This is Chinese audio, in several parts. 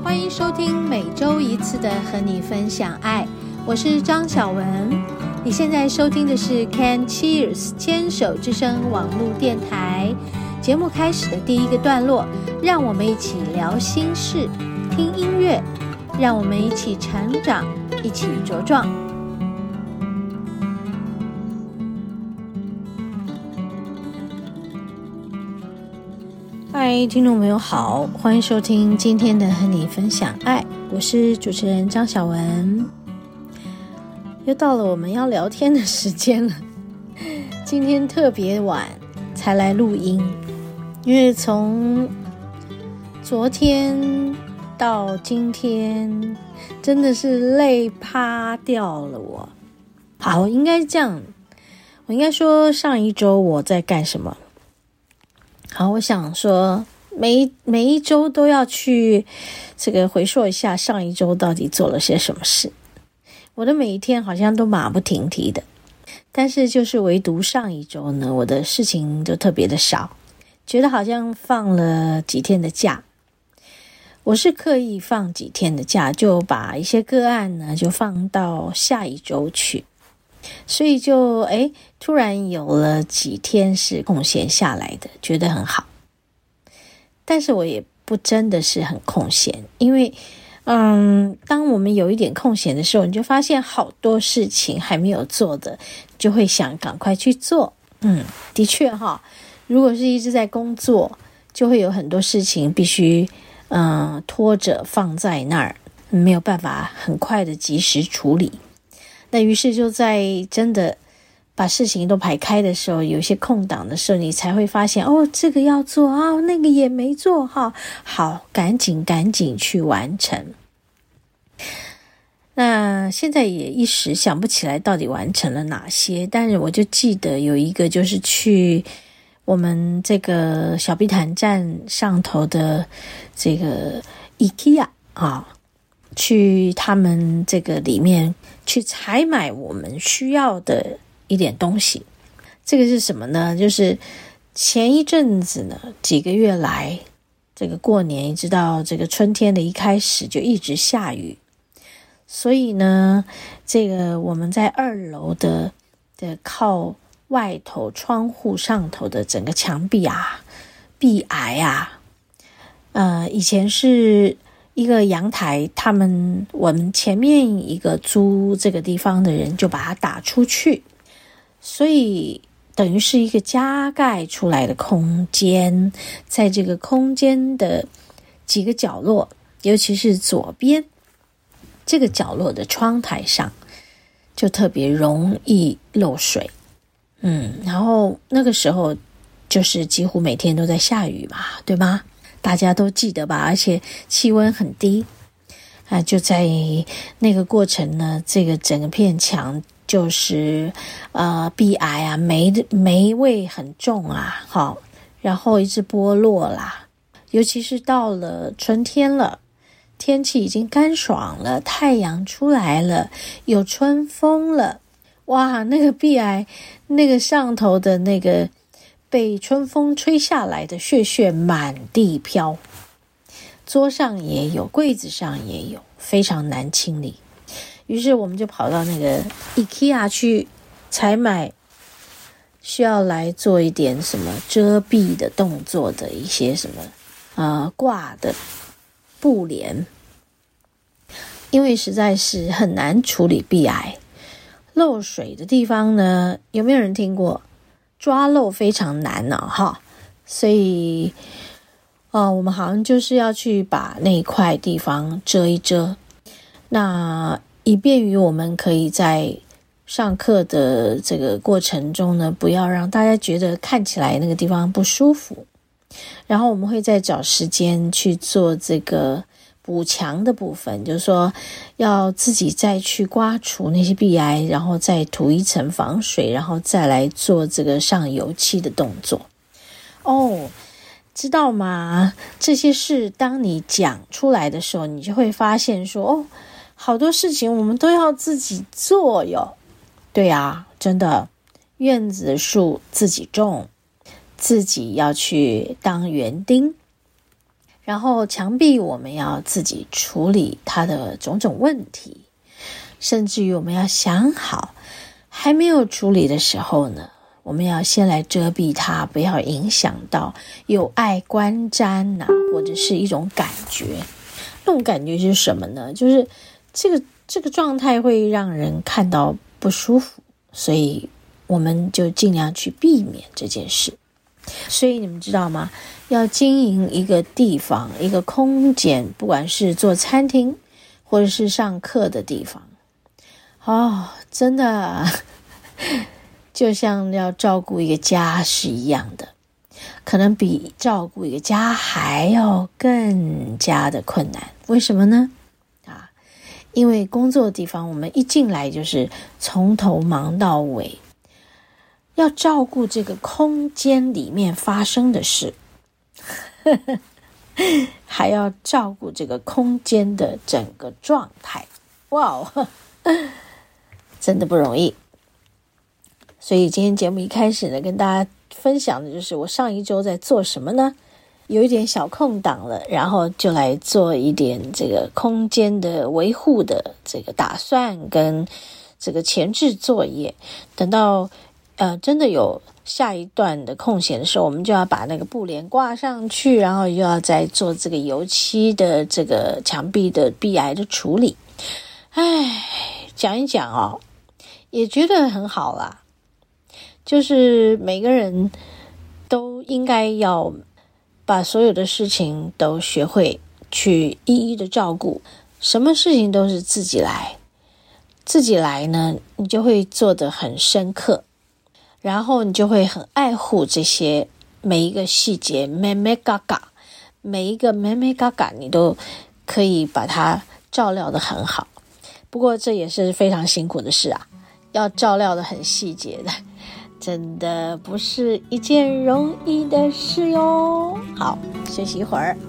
欢迎收听每周一次的和你分享爱，我是张小文。你现在收听的是 Can Cheers 牵手之声网络电台。节目开始的第一个段落，让我们一起聊心事，听音乐，让我们一起成长，一起茁壮。嗨，听众朋友好，欢迎收听今天的和你分享爱，我是主持人张小文。又到了我们要聊天的时间了，今天特别晚才来录音，因为从昨天到今天真的是累趴掉了我。好，我应该这样，我应该说上一周我在干什么。好，我想说每一周都要去这个回溯一下上一周到底做了些什么事。我的每一天好像都马不停蹄的，但是就是唯独上一周呢，我的事情就特别的少，觉得好像放了几天的假。我是刻意放几天的假，就把一些个案呢就放到下一周去，所以就突然有了几天是空闲下来的，觉得很好。但是我也不真的是很空闲，因为当我们有一点空闲的时候，你就发现好多事情还没有做的，就会想赶快去做。的确哈，如果是一直在工作，就会有很多事情必须拖着放在那儿，没有办法很快的及时处理。那于是就在真的把事情都排开的时候，有些空档的时候，你才会发现这个要做啊，那个也没做哈，好，赶紧去完成。那现在也一时想不起来到底完成了哪些，但是我就记得有一个就是去我们这个小碧潭站上头的这个 IKEA 去他们这个里面去采买我们需要的一点东西。这个是什么呢？就是前一阵子呢，几个月来，这个过年一直到这个春天的一开始就一直下雨，所以呢，这个我们在2楼的靠外头窗户上头的整个墙壁壁癌以前是一个阳台，我们前面一个租这个地方的人就把它打出去，所以等于是一个加盖出来的空间。在这个空间的几个角落，尤其是左边这个角落的窗台上，就特别容易漏水。然后那个时候就是几乎每天都在下雨嘛，对吗？大家都记得吧？而且气温很低就在那个过程呢，这个整个片墙就是壁癌霉味很重然后一直剥落啦。尤其是到了春天了，天气已经干爽了，太阳出来了，有春风了，哇，那个壁癌那个上头的那个被春风吹下来的屑屑满地飘，桌上也有，柜子上也有，非常难清理。于是我们就跑到那个 IKEA 去采买需要来做一点什么遮蔽的动作的一些什么挂的布帘，因为实在是很难处理壁癌。漏水的地方呢，有没有人听过？抓漏非常难所以我们好像就是要去把那一块地方遮一遮，那以便于我们可以在上课的这个过程中呢，不要让大家觉得看起来那个地方不舒服。然后我们会再找时间去做这个补强的部分，就是说要自己再去刮除那些壁癌，然后再涂一层防水，然后再来做这个上油漆的动作。知道吗？这些事当你讲出来的时候，你就会发现说好多事情我们都要自己做哟。对啊，真的，院子的树自己种，自己要去当园丁， 然后墙壁我们要自己处理它的种种问题，甚至于我们要想好，还没有处理的时候呢，我们要先来遮蔽它，不要影响到有碍观瞻或者是一种感觉。那种感觉是什么呢？就是这个状态会让人看到不舒服，所以我们就尽量去避免这件事。所以你们知道吗？要经营一个地方，一个空间，不管是做餐厅或者是上课的地方，真的就像要照顾一个家是一样的，可能比照顾一个家还要更加的困难。为什么呢？因为工作的地方我们一进来就是从头忙到尾，要照顾这个空间里面发生的事还要照顾这个空间的整个状态，真的不容易。所以今天节目一开始呢，跟大家分享的就是我上一周在做什么呢？有一点小空档了，然后就来做一点这个空间的维护的这个打算跟这个前置作业。等到真的有下一段的空闲的时候，我们就要把那个布帘挂上去，然后又要再做这个油漆的这个墙壁的壁癌的处理。讲一讲也觉得很好啦，就是每个人都应该要把所有的事情都学会去一一的照顾，什么事情都是自己来。自己来呢，你就会做得很深刻，然后你就会很爱护这些每一个细节，每一个妹嘎嘎你都可以把它照料得很好。不过这也是非常辛苦的事啊，要照料得很细节的，真的不是一件容易的事哟。好，休息一会儿。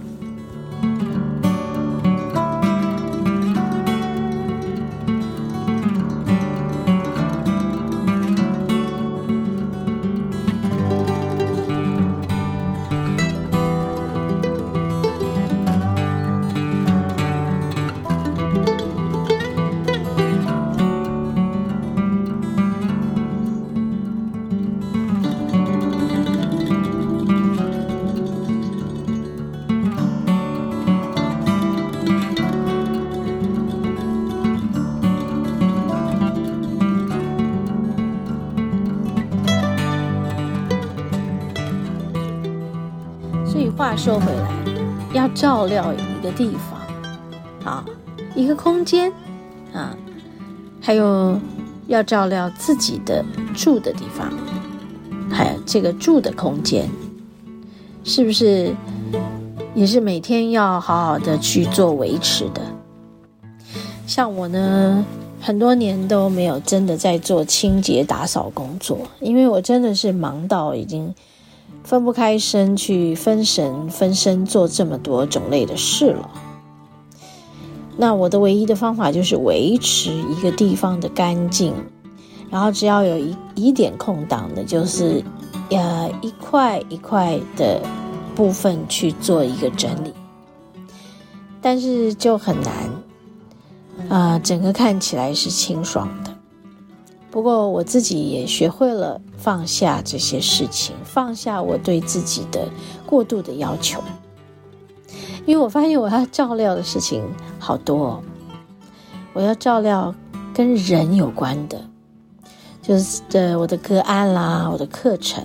话说回来，要照料一个地方一个空间还有要照料自己的住的地方，还有这个住的空间，是不是也是每天要好好的去做维持的？像我呢，很多年都没有真的在做清洁打扫工作，因为我真的是忙到已经分不开身去分身做这么多种类的事了。那我的唯一的方法就是维持一个地方的干净，然后只要有一点空档的，就是一块一块的部分去做一个整理，但是就很难整个看起来是清爽的。不过我自己也学会了放下这些事情，放下我对自己的过度的要求，因为我发现我要照料的事情好多我要照料跟人有关的，就是我的个案啦，我的课程，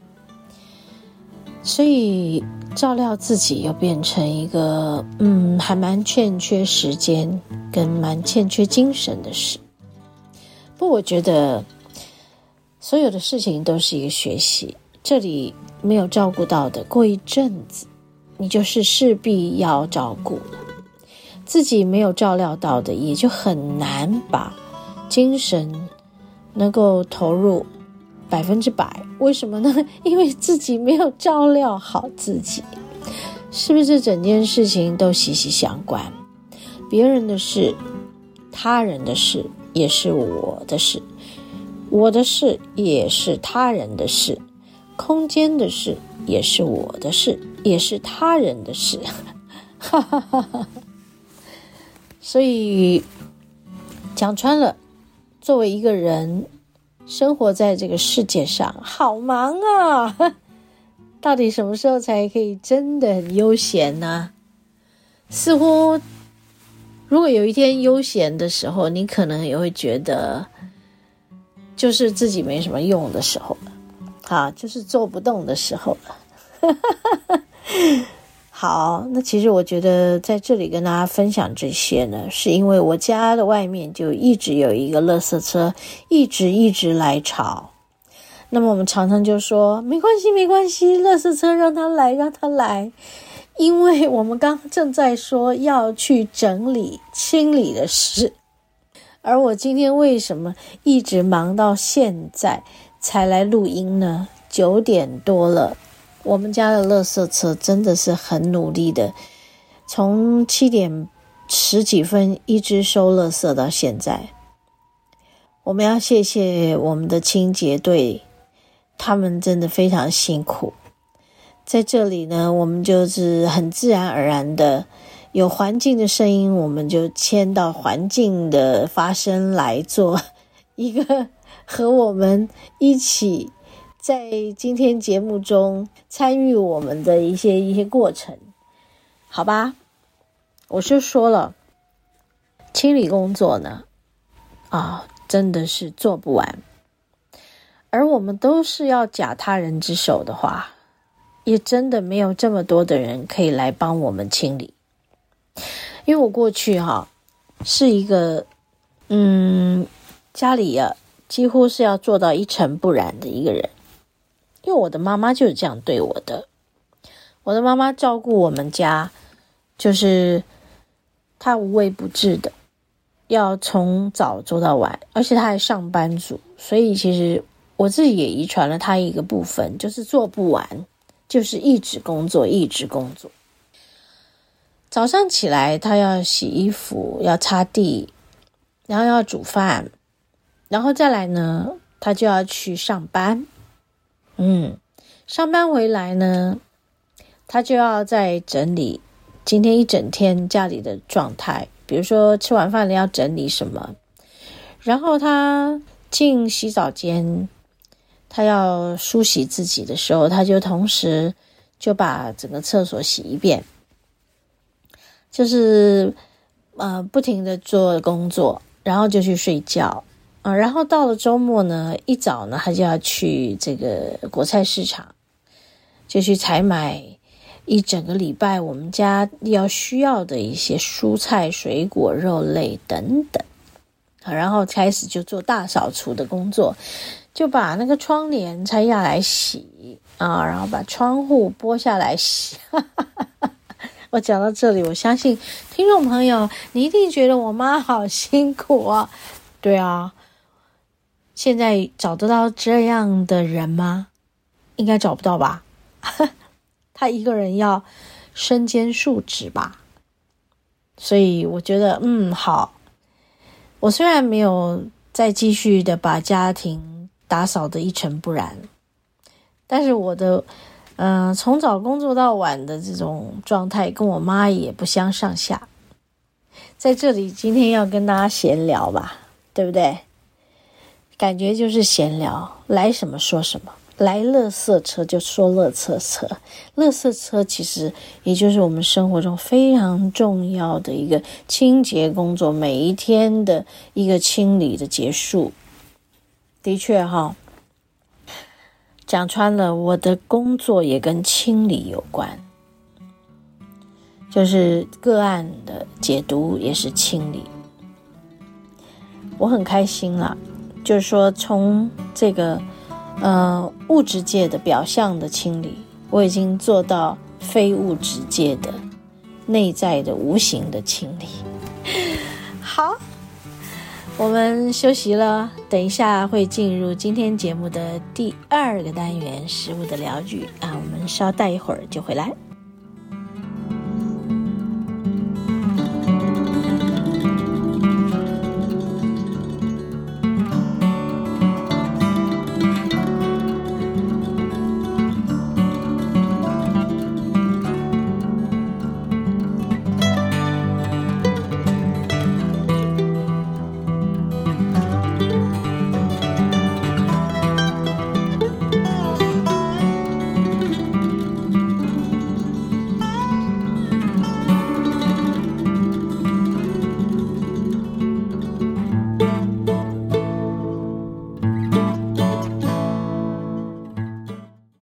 所以照料自己又变成一个还蛮欠缺时间跟蛮欠缺精神的事。不过我觉得所有的事情都是一个学习，这里没有照顾到的，过一阵子你就是势必要照顾了，自己没有照料到的，也就很难把精神能够投入100%。为什么呢？因为自己没有照料好自己，是不是整件事情都息息相关？别人的事，他人的事，也是我的事，我的事也是他人的事，空间的事也是我的事，也是他人的事。 所以讲穿了，作为一个人生活在这个世界上，好忙啊！到底什么时候才可以真的很悠闲呢？似乎如果有一天悠闲的时候，你可能也会觉得就是自己没什么用的时候了，就是做不动的时候了。好，那其实我觉得在这里跟大家分享这些呢，是因为我家的外面就一直有一个垃圾车，一直来吵。那么我们常常就说没关系，垃圾车让它来，因为我们刚正在说要去整理清理的事。而我今天为什么一直忙到现在才来录音呢？9点多了，我们家的垃圾车真的是很努力的，从7点10几分一直收垃圾到现在。我们要谢谢我们的清洁队，他们真的非常辛苦。在这里呢，我们就是很自然而然的，有环境的声音，我们就牵到环境的发声来做一个和我们一起在今天节目中参与我们的一些过程，好吧？我就说了，清理工作呢，真的是做不完。而我们都是要假他人之手的话，也真的没有这么多的人可以来帮我们清理。因为我过去是一个家里几乎是要做到一尘不染的一个人。因为我的妈妈就是这样对我的。我的妈妈照顾我们家，就是她无微不至的，要从早做到晚，而且她还上班族，所以其实我自己也遗传了她一个部分，就是做不完，就是一直工作。早上起来她要洗衣服，要擦地，然后要煮饭，然后再来呢她就要去上班。上班回来呢，他就要再整理今天一整天家里的状态，比如说吃完饭了要整理什么，然后他进洗澡间，他要梳洗自己的时候，他就同时就把整个厕所洗一遍，就是不停的做工作，然后就去睡觉。然后到了周末呢，一早呢他就要去这个果菜市场，就去采买一整个礼拜我们家要需要的一些蔬菜、水果、肉类等等。然后开始就做大扫除的工作，就把那个窗帘拆下来洗然后把窗户拨下来洗。我讲到这里，我相信听众朋友你一定觉得我妈好辛苦啊。对啊，现在找得到这样的人吗？应该找不到吧。他一个人要身兼数职吧。所以我觉得好，我虽然没有再继续的把家庭打扫得一尘不染，但是我的从早工作到晚的这种状态跟我妈也不相上下。在这里今天要跟大家闲聊吧，对不对？感觉就是闲聊，来什么说什么，来垃圾车就说垃圾车。垃圾车其实也就是我们生活中非常重要的一个清洁工作，每一天的一个清理的结束。的确讲穿了，我的工作也跟清理有关，就是个案的解读也是清理。我很开心啦，就是说从这个物质界的表象的清理，我已经做到非物质界的内在的无形的清理。好，我们休息了，等一下会进入今天节目的第2个单元，食物的疗愈我们稍待一会儿就回来。